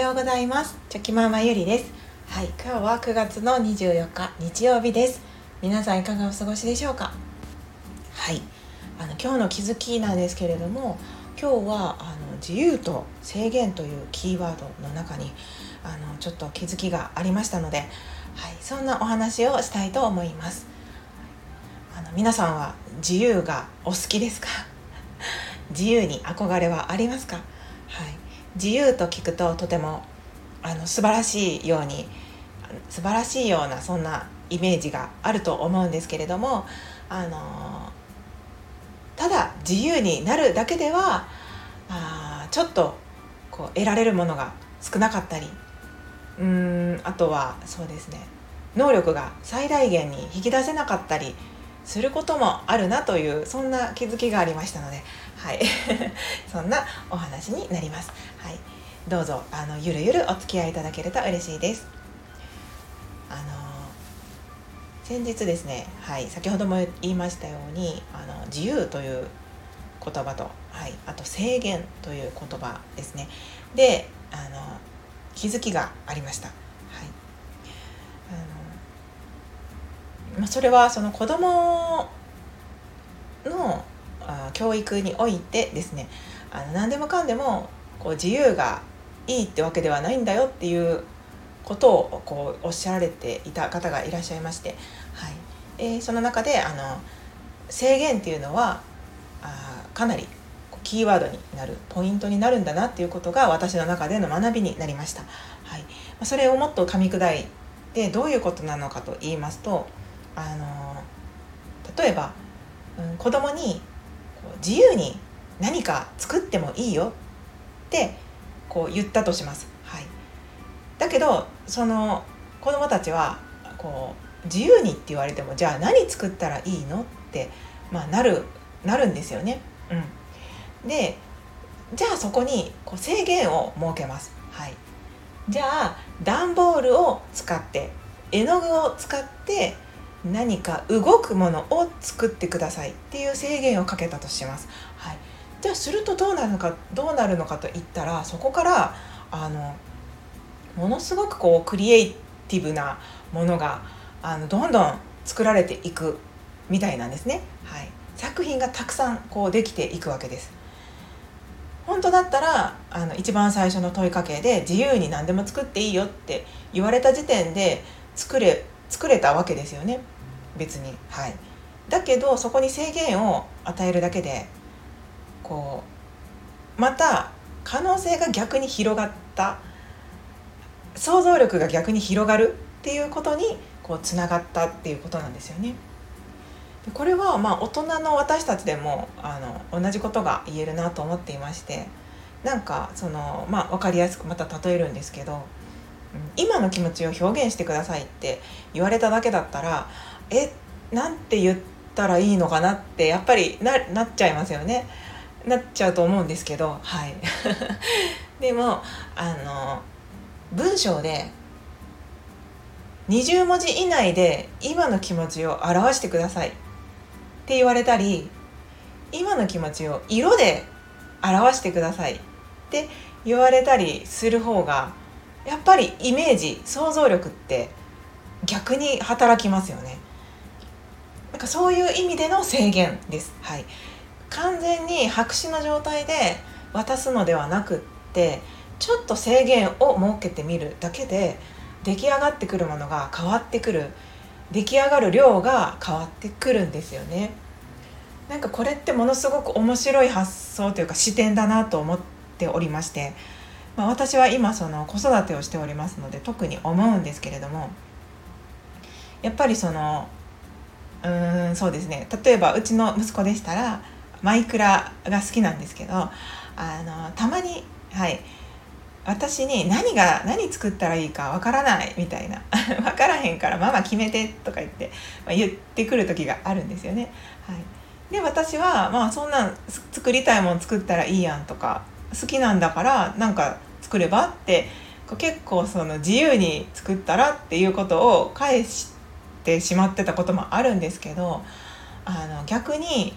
ようございます。チョキママゆりです。はい、今日は9月の24日日曜日です。皆さんいかがお過ごしでしょうか。はい、今日の気づきなんですけれども、今日は自由と制限というキーワードの中にちょっと気づきがありましたので、はい、そんなお話をしたいと思います。皆さんは自由がお好きですか？自由に憧れはありますか？はい、自由と聞くととても素晴らしいようなそんなイメージがあると思うんですけれども、ただ自由になるだけではちょっと得られるものが少なかったり、あとはそうですね、能力が最大限に引き出せなかったりすることもあるなという、そんな気づきがありましたので、はい、そんなお話になります。はい、どうぞゆるゆるお付き合いいただけると嬉しいです。先日ですね、はい、先ほども言いましたように自由という言葉と、はい、あと制限という言葉ですね。で気づきがありました。はい、それはその子どもの教育においてですね、何でもかんでも自由がいいってわけではないんだよっていうことをおっしゃられていた方がいらっしゃいまして、はい、その中で制限っていうのはかなりキーワードになるポイントになるんだなっていうことが私の中での学びになりました。はい、それをもっと噛み砕いてどういうことなのかと言いますと、例えば、子供に自由に何か作ってもいいよって言ったとします。はい、だけどその子供たちは自由にって言われても、じゃあ何作ったらいいのって、なるんですよね。で、じゃあそこに制限を設けます。はい、じゃあ段ボールを使って絵の具を使って何か動くものを作ってくださいっていう制限をかけたとします。はい、じゃあするとどうなるのかといったら、そこからものすごくクリエイティブなものがどんどん作られていくみたいなんですね。はい、作品がたくさんできていくわけです。本当だったら一番最初の問いかけで自由に何でも作っていいよって言われた時点で作れたわけですよね、別に。はい、だけどそこに制限を与えるだけでまた可能性が逆に広がった、想像力が逆に広がるっていうことにつながったっていうことなんですよね。これは大人の私たちでも同じことが言えるなと思っていまして、なんか分かりやすくまた例えるんですけど、今の気持ちを表現してくださいって言われただけだったら、なんて言ったらいいのかなってやっぱり なっちゃいますよね。なっちゃうと思うんですけど、はいでも文章で20文字以内で今の気持ちを表してくださいって言われたり、今の気持ちを色で表してくださいって言われたりする方が、やっぱりイメージ、想像力って逆に働きますよね。なんかそういう意味での制限です。はい、完全に白紙の状態で渡すのではなくって、ちょっと制限を設けてみるだけで出来上がってくるものが変わってくる、出来上がる量が変わってくるんですよね。なんかこれってものすごく面白い発想というか視点だなと思っておりまして、私は今その子育てをしておりますので特に思うんですけれども、やっぱりそうですね、例えばうちの息子でしたらマイクラが好きなんですけど、たまに、はい、私に何作ったらいいかわからないみたいなわからへんからママ決めてとか言ってくる時があるんですよね。はい、で私はそんなん作りたいもん作ったらいいやんとか、好きなんだからなんか作ればって結構自由に作ったらっていうことを返してしまってたこともあるんですけど、逆に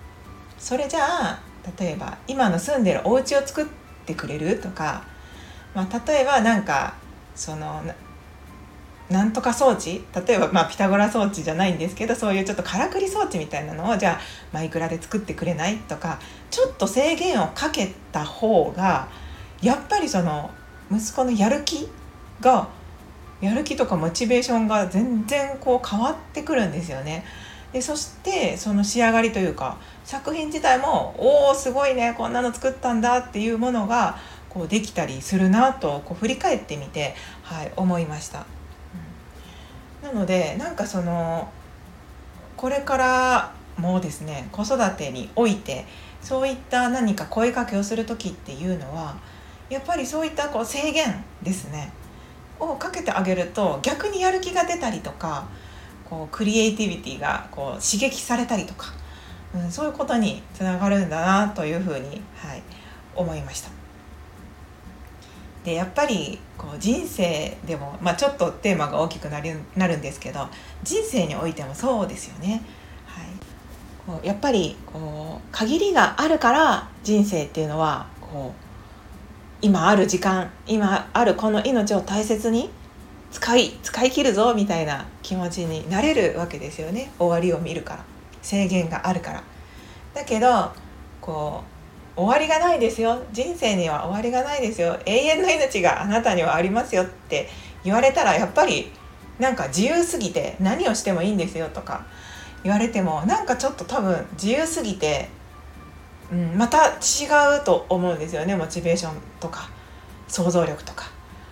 それじゃあ例えば今の住んでるお家を作ってくれるとか、 例えばなんかそのなんとか装置、例えばピタゴラ装置じゃないんですけど、そういうちょっとからくり装置みたいなのをじゃあマイクラで作ってくれないとか、ちょっと制限をかけた方がやっぱりその息子のやる気とかモチベーションが全然こう変わってくるんですよね。でそしてその仕上がりというか作品自体もすごいね、こんなの作ったんだっていうものがこうできたりするなとこう振り返ってみて、思いました。なのでなんかそのこれからもですね、子育てにおいてそういった何か声かけをする時っていうのはやっぱりそういったこう制限ですねをかけてあげると、逆にやる気が出たりとか、こうクリエイティビティがこう刺激されたりとか、そういうことにつながるんだなというふうに、思いました。でやっぱりこう人生でも、ちょっとテーマが大きくなるんですけど、人生においてもそうですよね。こうやっぱりこう限りがあるから人生っていうのはこう今ある時間、今あるこの命を大切に使い切るぞみたいな気持ちになれるわけですよね。終わりを見るから、制限があるから。だけどこう終わりがないですよ、人生には終わりがないですよ、永遠の命があなたにはありますよって言われたら、やっぱりなんか自由すぎて何をしてもいいんですよとか言われても、なんかちょっと多分自由すぎて、また違うと思うんですよね。モチベーションとか想像力とか、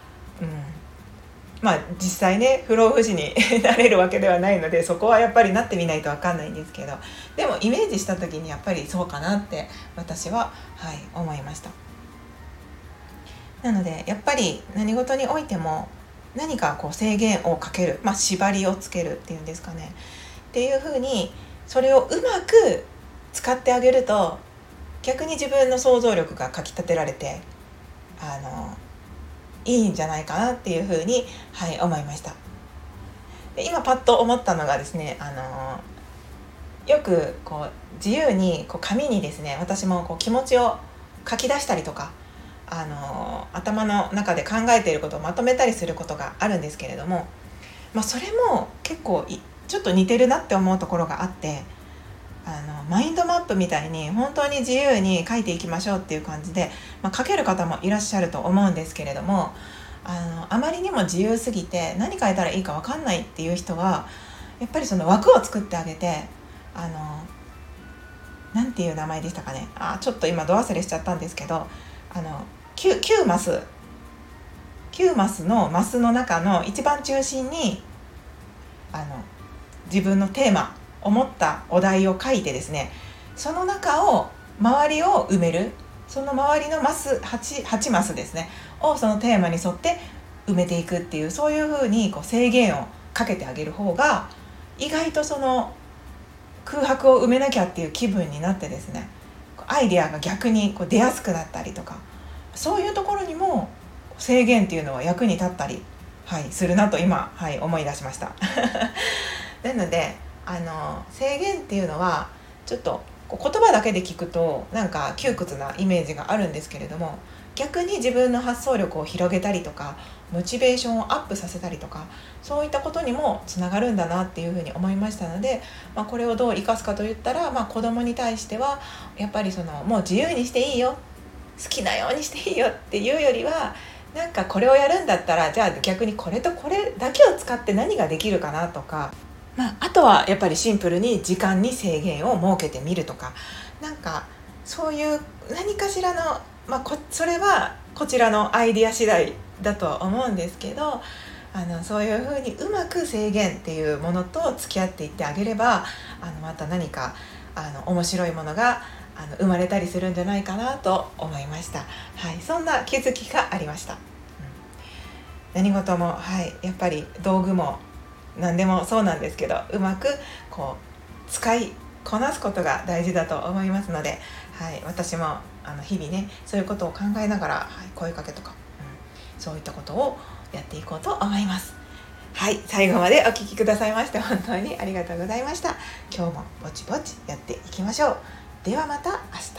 実際ね不老不死になれるわけではないので、そこはやっぱりなってみないと分かんないんですけど、でもイメージした時にやっぱりそうかなって私は、思いました。なのでやっぱり何事においても何かこう制限をかける、縛りをつけるっていうんですかね、っていう風にそれをうまく使ってあげると、逆に自分の想像力がかき立てられていいんじゃないかなっていうふうに、思いました。で今パッと思ったのがですね、よくこう自由にこう紙にですね、私もこう気持ちを書き出したりとか、頭の中で考えていることをまとめたりすることがあるんですけれども、それも結構ちょっと似てるなって思うところがあって、マインドマップみたいに本当に自由に書いていきましょうっていう感じで、書ける方もいらっしゃると思うんですけれども、あまりにも自由すぎて何書いたらいいか分かんないっていう人はやっぱりその枠を作ってあげて、なんていう名前でしたかね、ちょっと今ど忘れしちゃったんですけど、9マスのマスの中の一番中心に自分のテーマ思ったお題を書いてですね、その中を周りを埋める、その周りのマス 8マスですねをそのテーマに沿って埋めていくっていう、そういう風にこう制限をかけてあげる方が意外とその空白を埋めなきゃっていう気分になってですね、アイデアが逆にこう出やすくなったりとか、そういうところにも制限っていうのは役に立ったり、するなと今、思い出しましたなので制限っていうのはちょっと言葉だけで聞くとなんか窮屈なイメージがあるんですけれども、逆に自分の発想力を広げたりとかモチベーションをアップさせたりとか、そういったことにもつながるんだなっていうふうに思いましたので、これをどう生かすかといったら、子供に対してはやっぱりそのもう自由にしていいよ、好きなようにしていいよっていうよりは、なんかこれをやるんだったらじゃあ逆にこれとこれだけを使って何ができるかなとか、あとはやっぱりシンプルに時間に制限を設けてみるとか、なんかそういう何かしらの、それはこちらのアイディア次第だとは思うんですけど、そういうふうにうまく制限っていうものと付き合っていってあげれば、また何か面白いものが生まれたりするんじゃないかなと思いました。そんな気づきがありました。何事も、やっぱり道具も何でもそうなんですけど、うまくこう使いこなすことが大事だと思いますので、私も日々ねそういうことを考えながら、声かけとか、そういったことをやっていこうと思います。最後までお聞きくださいまして本当にありがとうございました。今日もぼちぼちやっていきましょう。ではまた明日。